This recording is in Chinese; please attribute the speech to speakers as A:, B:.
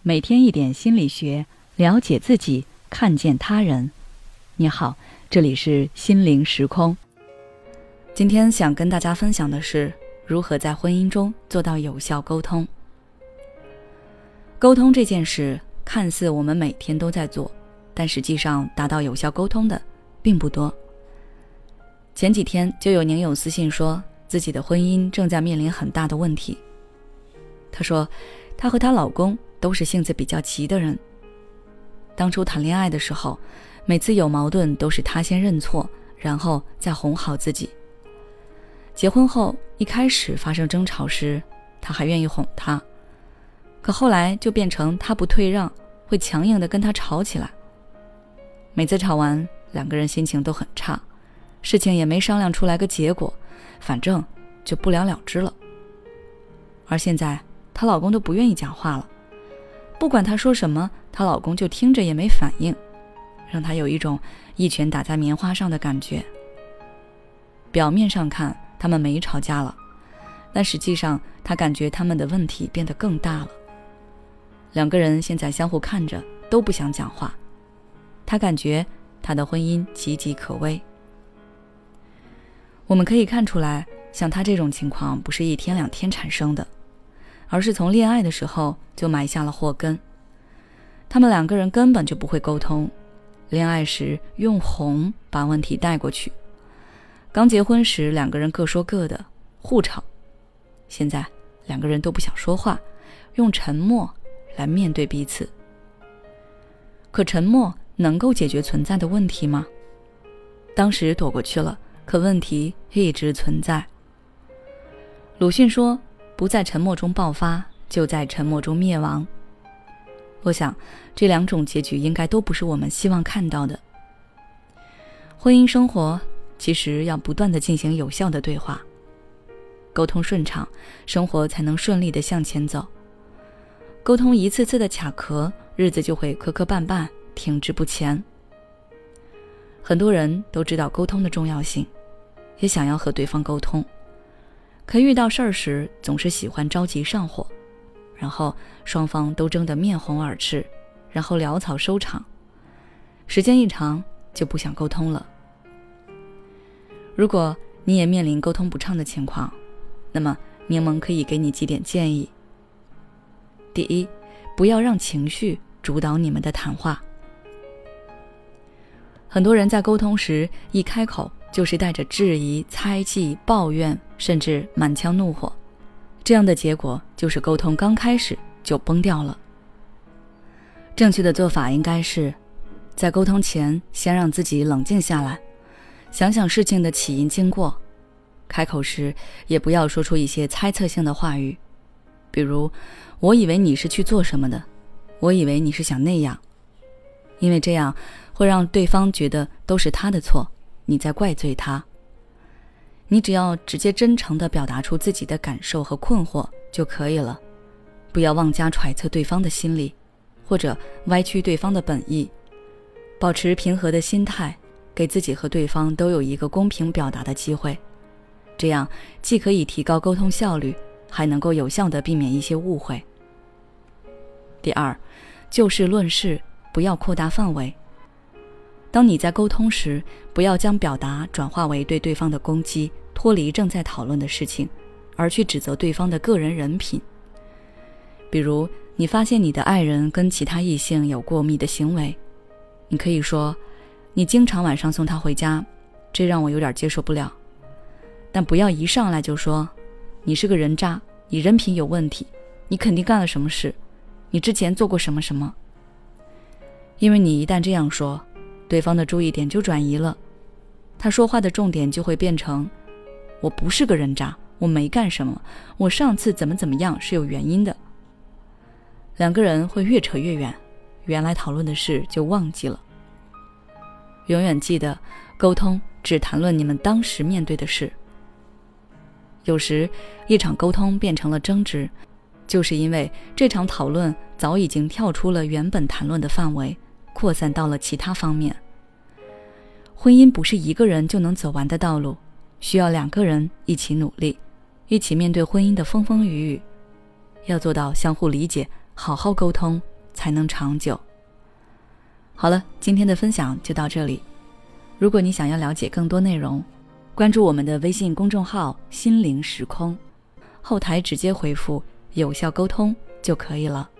A: 每天一点心理学，了解自己，看见他人。你好，这里是心灵时空。今天想跟大家分享的是，如何在婚姻中做到有效沟通。沟通这件事，看似我们每天都在做，但实际上达到有效沟通的并不多。前几天就有宁友私信说，自己的婚姻正在面临很大的问题。她说，她和她老公都是性子比较急的人。当初谈恋爱的时候，每次有矛盾都是她先认错，然后再哄好自己。结婚后，一开始发生争吵时，她还愿意哄他，可后来就变成她不退让，会强硬地跟他吵起来。每次吵完，两个人心情都很差，事情也没商量出来个结果，反正就不了了之了。而现在她老公都不愿意讲话了，不管她说什么，她老公就听着也没反应，让她有一种一拳打在棉花上的感觉。表面上看他们没吵架了，但实际上她感觉他们的问题变得更大了。两个人现在相互看着都不想讲话，她感觉她的婚姻岌岌可危。我们可以看出来，像她这种情况不是一天两天产生的，而是从恋爱的时候就埋下了祸根。他们两个人根本就不会沟通，恋爱时用哄把问题带过去，刚结婚时两个人各说各的，互吵。现在两个人都不想说话，用沉默来面对彼此。可沉默能够解决存在的问题吗？当时躲过去了，可问题一直存在。鲁迅说，不在沉默中爆发，就在沉默中灭亡。我想这两种结局应该都不是我们希望看到的。婚姻生活其实要不断地进行有效的对话，沟通顺畅，生活才能顺利地向前走。沟通一次次的卡壳，日子就会磕磕绊绊，停滞不前。很多人都知道沟通的重要性，也想要和对方沟通，可遇到事儿时总是喜欢着急上火，然后双方都争得面红耳赤，然后潦草收场，时间一长就不想沟通了。如果你也面临沟通不畅的情况，那么柠檬可以给你几点建议。第一，不要让情绪主导你们的谈话。很多人在沟通时一开口就是带着质疑、猜忌、抱怨，甚至满腔怒火，这样的结果就是沟通刚开始就崩掉了。正确的做法应该是，在沟通前先让自己冷静下来，想想事情的起因经过，开口时也不要说出一些猜测性的话语，比如我以为你是去做什么的，我以为你是想那样，因为这样会让对方觉得都是他的错，你在怪罪他。你只要直接真诚地表达出自己的感受和困惑就可以了，不要妄加揣测对方的心理，或者歪曲对方的本意，保持平和的心态，给自己和对方都有一个公平表达的机会，这样既可以提高沟通效率，还能够有效地避免一些误会。第二，就事论事，不要扩大范围。当你在沟通时，不要将表达转化为对对方的攻击，脱离正在讨论的事情，而去指责对方的个人人品。比如，你发现你的爱人跟其他异性有过密的行为，你可以说，你经常晚上送他回家，这让我有点接受不了。但不要一上来就说，你是个人渣，你人品有问题，你肯定干了什么事，你之前做过什么什么。因为你一旦这样说，对方的注意点就转移了，他说话的重点就会变成，我不是个人渣，我没干什么，我上次怎么样是有原因的。两个人会越扯越远，原来讨论的事就忘记了。永远记得，沟通只谈论你们当时面对的事。有时一场沟通变成了争执，就是因为这场讨论早已经跳出了原本谈论的范围，扩散到了其他方面。婚姻不是一个人就能走完的道路，需要两个人一起努力，一起面对婚姻的风风雨雨。要做到相互理解，好好沟通， 才能长久。好了，今天的分享就到这里。如果你想要了解更多内容，关注我们的微信公众号心灵时空，后台直接回复有效沟通就可以了。